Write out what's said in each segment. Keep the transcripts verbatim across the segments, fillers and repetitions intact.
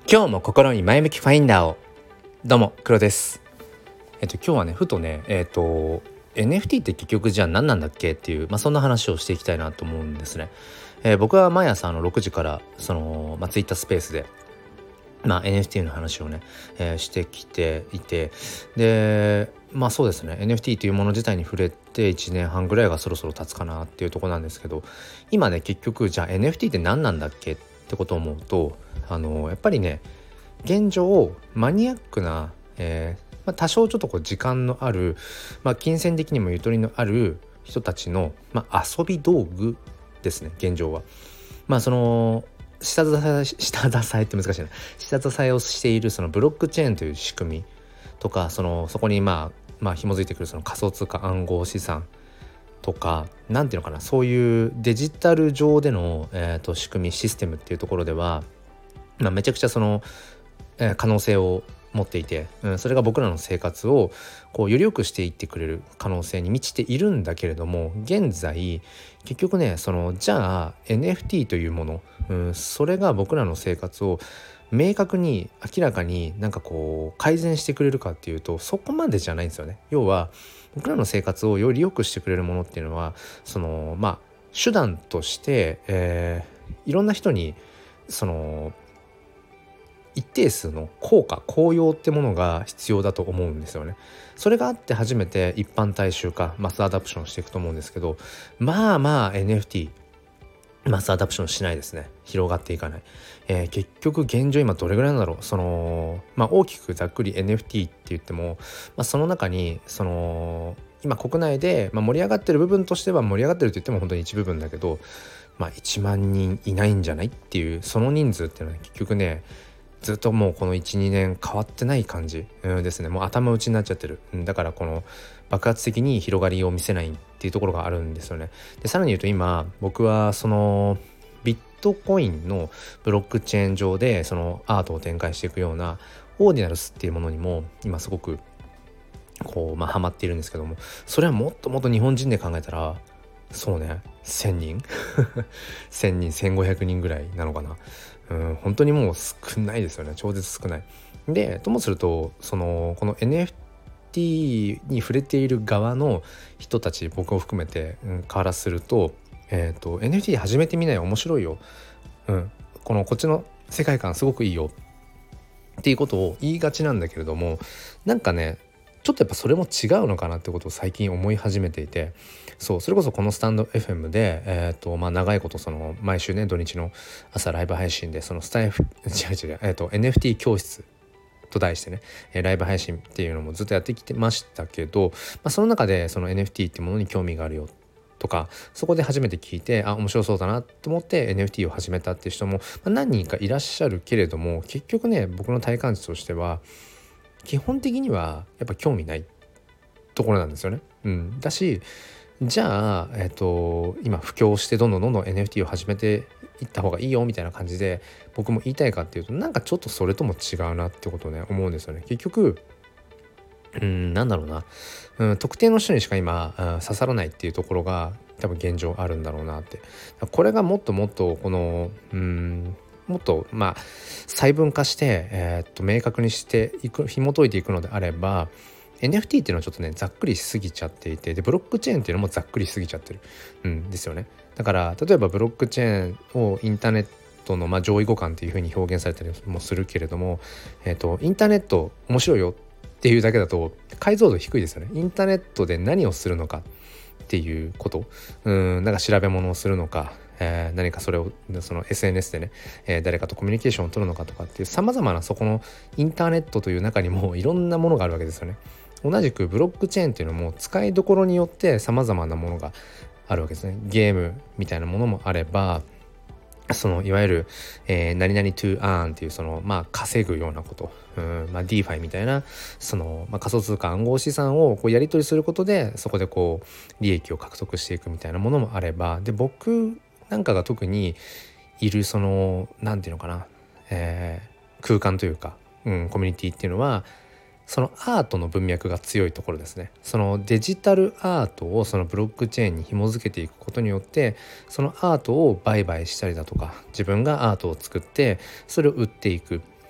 今日も心に前向きファインダーを。どうも黒です。えっと今日はねふとねえっと エヌエフティー って結局じゃあ何なんだっけっていう、まあ、そんな話をしていきたいなと思うんですね。えー、僕は毎朝あのろくじからその、まあ、ツイッタースペースでまあ、エヌエフティー の話をね、えー、してきていて、でまあそうですね エヌエフティー というもの自体に触れていちねんはんぐらいがそろそろ経つかなっていうところなんですけど、今ね結局じゃあ エヌエフティー って何なんだっけってことを思うと、あのやっぱりね現状マニアックな、えーまあ、多少ちょっとこう時間のある、まあ、金銭的にもゆとりのある人たちの、まあ、遊び道具ですね。現状はまあその下支え下支えって難しいな下支えをしているそのブロックチェーンという仕組みとか、そのそこにまあまあ紐づいてくるその仮想通貨暗号資産とか、なんていうのかな、そういうデジタル上での、えーと仕組みシステムっていうところでは、まあ、めちゃくちゃその、えー可能性を持っていて、うん、それが僕らの生活をこうより良くしていってくれる可能性に満ちているんだけれども、現在結局ねそのじゃあ エヌエフティー というもの、うん、それが僕らの生活を明確に明らかになんかこう改善してくれるかっていうと、そこまでじゃないんですよね。要は僕らの生活をより良くしてくれるものっていうのは、そのまあ手段として、えー、いろんな人にその一定数の効果効用ってものが必要だと思うんですよね。それがあって初めて一般大衆化マスアダプションしていくと思うんですけど、まあまあ エヌエフティー マスアダプションしないですね。広がっていかない、えー、結局現状今どれぐらいなんだろう。そのまあ大きくざっくり エヌエフティー って言っても、まあ、その中にその今国内で、まあ、盛り上がってる部分としては盛り上がってると言っても本当に一部分だけど、まあいちまんにんいないんじゃないっていう、その人数っていうのは結局ねずっともうこの いちにねん変わってない感じ、うん、ですね。もう頭打ちになっちゃってる、うん、だからこの爆発的に広がりを見せないっていうところがあるんですよね。でさらに言うと今僕はそのビットコインのブロックチェーン上でそのアートを展開していくようなオーディナルスっていうものにも今すごくこうまあハマっているんですけども、それはもっともっと日本人で考えたらそうねせんにんせんにんせんごひゃくにんぐらいなのかな。うん、本当にもう少ないですよね。超絶少ない。でともするとそのこの エヌエフティー に触れている側の人たち、僕を含めて、うん、からすると,、えー、と エヌエフティー 始めてみない面白いよ、うん、このこっちの世界観すごくいいよっていうことを言いがちなんだけれども、なんかねちょっとやっぱそれも違うのかなってことを最近思い始めていて、そうそれこそこのスタンド エフエム で、えーとまあ、長いことその毎週ね土日の朝ライブ配信でそのスタイフ違う違う、えーと エヌエフティー 教室と題してね、えー、ライブ配信っていうのもずっとやってきてましたけど、まあ、その中でその エヌエフティー っていうものに興味があるよとか、そこで初めて聞いてあ面白そうだなと思って エヌエフティー を始めたっていう人も、まあ、何人かいらっしゃるけれども、結局ね僕の体感値としては基本的にはやっぱ興味ないところなんですよね。うん、だしじゃあ、えーと、今布教してどんどんどんどん エヌエフティー を始めていった方がいいよみたいな感じで僕も言いたいかっていうと、なんかちょっとそれとも違うなってことをね思うんですよね。結局うんなんだろうな、うん、特定の人にしか今、うん、刺さらないっていうところが多分現状あるんだろうなって。これがもっともっとこのうんもっとまあ細分化して、えー、っと明確にしていく紐解いていくのであれば エヌエフティー っていうのはちょっとねざっくりしすぎちゃっていて、でブロックチェーンっていうのもざっくりしすぎちゃってる、うん、ですよね。だから例えばブロックチェーンをインターネットの、まあ、上位互換っていう風に表現されたりもするけれども、えー、とインターネット面白いよっていうだけだと解像度低いですよね。インターネットで何をするのかっていうこと、うんなんか調べ物をするのか、えー、何かそれをその エスエヌエス でね、えー、誰かとコミュニケーションを取るのかとかっていう様々なそこのインターネットという中にもいろんなものがあるわけですよね。同じくブロックチェーンっていうのも使いどころによって様々なものがあるわけですね。ゲームみたいなものもあれば、そのいわゆる、えー、何々 to earn っていうそのまあ稼ぐようなこと、うんまあ、DeFi みたいなその、まあ、仮想通貨暗号資産をこうやり取りすることでそこでこう利益を獲得していくみたいなものもあれば、で僕なんかが特にいるそのなんていうのかな、えー、空間というか、うん、コミュニティっていうのはそのアートの文脈が強いところですね。そのデジタルアートをそのブロックチェーンに紐づけていくことによって、そのアートを売買したりだとか、自分がアートを作ってそれを売っていく、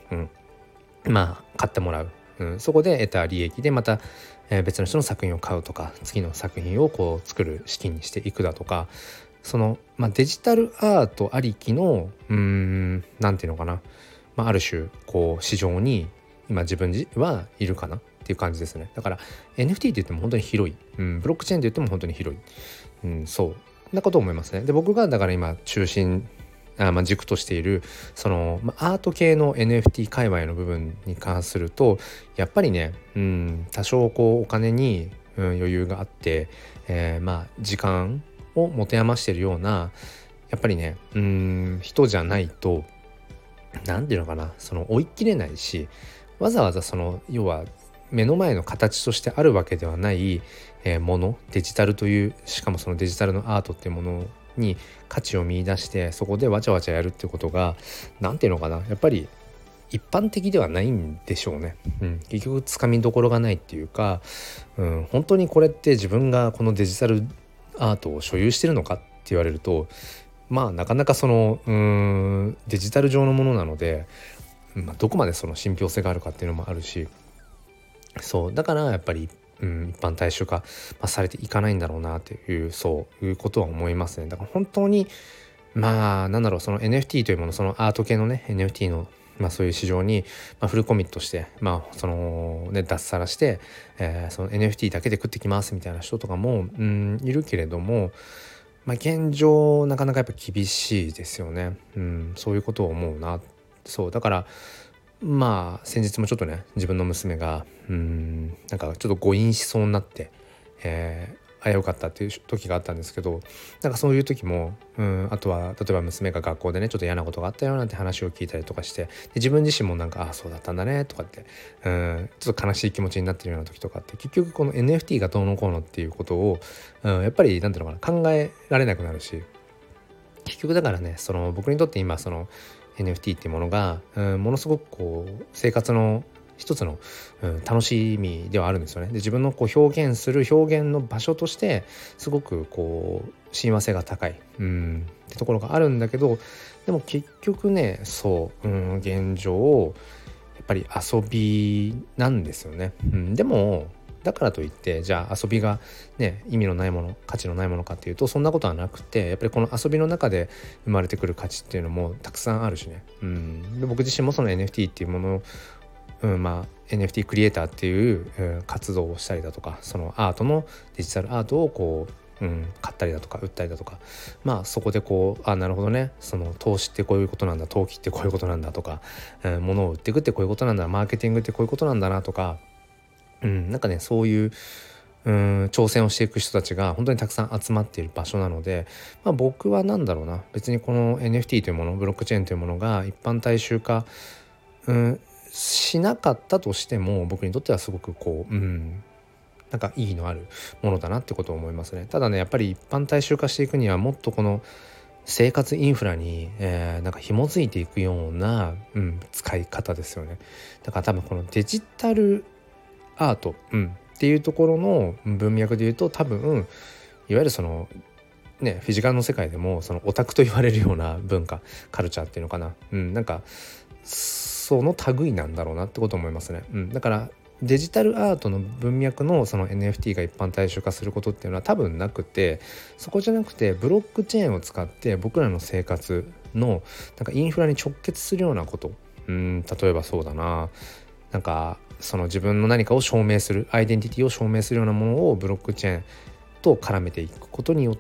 うん、まあ買ってもらう、うん、そこで得た利益でまた、えー、別の人の作品を買うとか、次の作品をこう作る資金にしていくだとか、その、まあ、デジタルアートありきのうーんなんていうのかな、まあ、ある種こう市場に今自分はいるかなっていう感じですね。だから エヌエフティー って言っても本当に広い、うん、ブロックチェーンって言っても本当に広い、うん、そうなことを思いますね。で僕がだから今中心あ、まあ、軸としているその、まあ、アート系の エヌエフティー 界隈の部分に関するとやっぱりね、うん、多少こうお金に、うん、余裕があって、えー、まあ時間を持て余しているようなやっぱりね、うん、人じゃないとなんていうのかな、その追い切れないし、わざわざその要は目の前の形としてあるわけではない、えー、もの、デジタルという、しかもそのデジタルのアートっていうものに価値を見出してそこでわちゃわちゃやるっていうことがなんていうのかな、やっぱり一般的ではないんでしょうね、うん、結局つかみどころがないっていうか、うん、本当にこれって自分がこのデジタルアートを所有してるのかって言われると、まあなかなかそのうーんデジタル上のものなので、まあ、どこまでその信憑性があるかっていうのもあるし、そうだからやっぱり、うん、一般大衆化、まあ、されていかないんだろうなっていう、そういうことは思いますね。だから本当にまあなんだろう、その エヌエフティー というもの、そのアート系のね エヌエフティー のまあそういう市場に、まあ、フルコミットしてまあそのね脱サラして、えー、その エヌエフティー だけで食ってきますみたいな人とかもうんいるけれども、まあ現状なかなかやっぱ厳しいですよね。うん、そういうことを思うな。そうだからまあ先日もちょっとね自分の娘がうんなんかちょっと誤飲しそうになって、えー危うかったっていう時があったんですけど、なんかそういう時も、うん、あとは例えば娘が学校でねちょっと嫌なことがあったよなんて話を聞いたりとかして、で自分自身もなんかああそうだったんだねとかって、うん、ちょっと悲しい気持ちになってるような時とかって、結局この エヌエフティー がどうのこうのっていうことを、うん、やっぱりなんていうのかな、考えられなくなるし、結局だからね、その僕にとって今その エヌエフティー っていうものが、うん、ものすごくこう生活の一つの、うん、楽しみではあるんですよね。で自分のこう表現する表現の場所としてすごくこう親和性が高い、うん、ってところがあるんだけど、でも結局ねそう、うん、現状やっぱり遊びなんですよね。うん、でもだからといってじゃあ遊びがね意味のないもの、価値のないものかっていうとそんなことはなくて、やっぱりこの遊びの中で生まれてくる価値っていうのもたくさんあるしね、うん、で僕自身もその エヌエフティー っていうものをうん、まあ エヌエフティー クリエイターっていう、うん、活動をしたりだとか、そのアートのデジタルアートをこう、うん、買ったりだとか売ったりだとか、まあそこでこうあなるほどね、その投資ってこういうことなんだ、投機ってこういうことなんだとか、うん、物を売っていくってこういうことなんだ、マーケティングってこういうことなんだなとか、うん、なんかねそういううん挑戦をしていく人たちが本当にたくさん集まっている場所なので、まあ、僕はなんだろうな、別にこの エヌエフティー というもの、ブロックチェーンというものが一般大衆化、うんしなかったとしても僕にとってはすごくこう、うん、なんか意義のあるものだなってことを思いますね。ただねやっぱり一般大衆化していくにはもっとこの生活インフラに、えー、なんか紐づいていくような、うん、使い方ですよね。だから多分このデジタルアート、うん、っていうところの文脈で言うと多分いわゆるそのねフィジカルの世界でもそのオタクと言われるような文化、カルチャーっていうのかな、うん、なんかその類なんだろうなってことを思いますね。うん、だからデジタルアートの文脈のその エヌエフティー が一般大衆化することっていうのは多分なくて、そこじゃなくてブロックチェーンを使って僕らの生活のなんかインフラに直結するようなこと、うん、例えばそうだな、なんかその自分の何かを証明する、アイデンティティを証明するようなものをブロックチェーンと絡めていくことによって、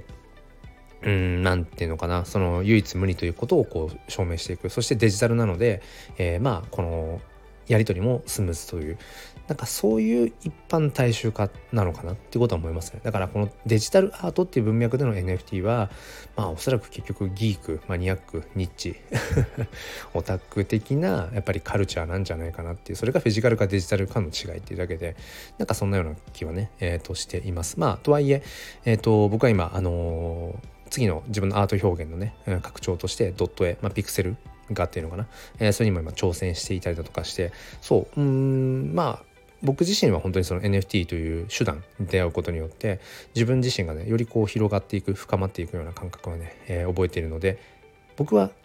うん、なんていうのかな、その唯一無二ということをこう証明していく。そしてデジタルなので、えー、まあこのやり取りもスムーズという、なんかそういう一般大衆化なのかなっていうことは思いますね。だからこのデジタルアートっていう文脈での エヌエフティー はまあおそらく結局ギーク、マニアック、ニッチオタク的なやっぱりカルチャーなんじゃないかなっていう、それがフィジカルかデジタルかの違いっていうだけで、なんかそんなような気はね、えー、としています。まあとはいええー、と僕は今あのー次の自分のアート表現のね拡張としてドット絵、まあ、ピクセル画っていうのかな、えー、それにも今挑戦していたりだとかして、そううーんまあ僕自身は本当にその エヌエフティー という手段に出会うことによって自分自身がねよりこう広がっていく、深まっていくような感覚はね、えー、覚えているので、僕はうん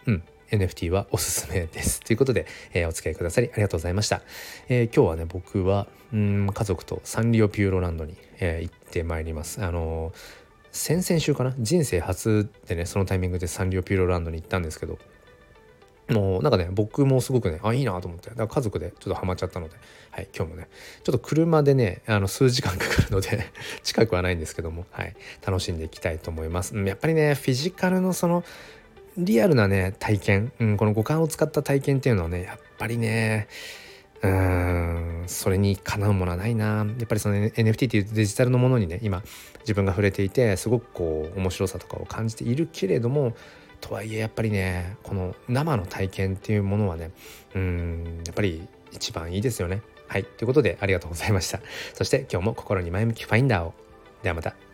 エヌエフティー はおすすめですということで、えー、お付き合いくださりありがとうございました。えー、今日はね僕はうん家族とサンリオピューロランドに、えー、行ってまいります。あのー、先々週かな、人生初でねそのタイミングでサンリオピューロランドに行ったんですけど、もうなんかね僕もすごくねあいいなと思って、だから家族でちょっとハマっちゃったので、はい、今日もねちょっと車でねあの数時間かかるので近くはないんですけども、はい、楽しんでいきたいと思います。やっぱりねフィジカルのそのリアルなね体験、うん、この五感を使った体験っていうのはねやっぱりねうーんそれにかなうものはないな。やっぱりその エヌエフティー っていうデジタルのものにね今自分が触れていてすごくこう面白さとかを感じているけれども、とはいえやっぱりねこの生の体験っていうものはねうーんやっぱり一番いいですよね。はい、ということでありがとうございました。そして今日も心に前向きファインダーを。ではまた。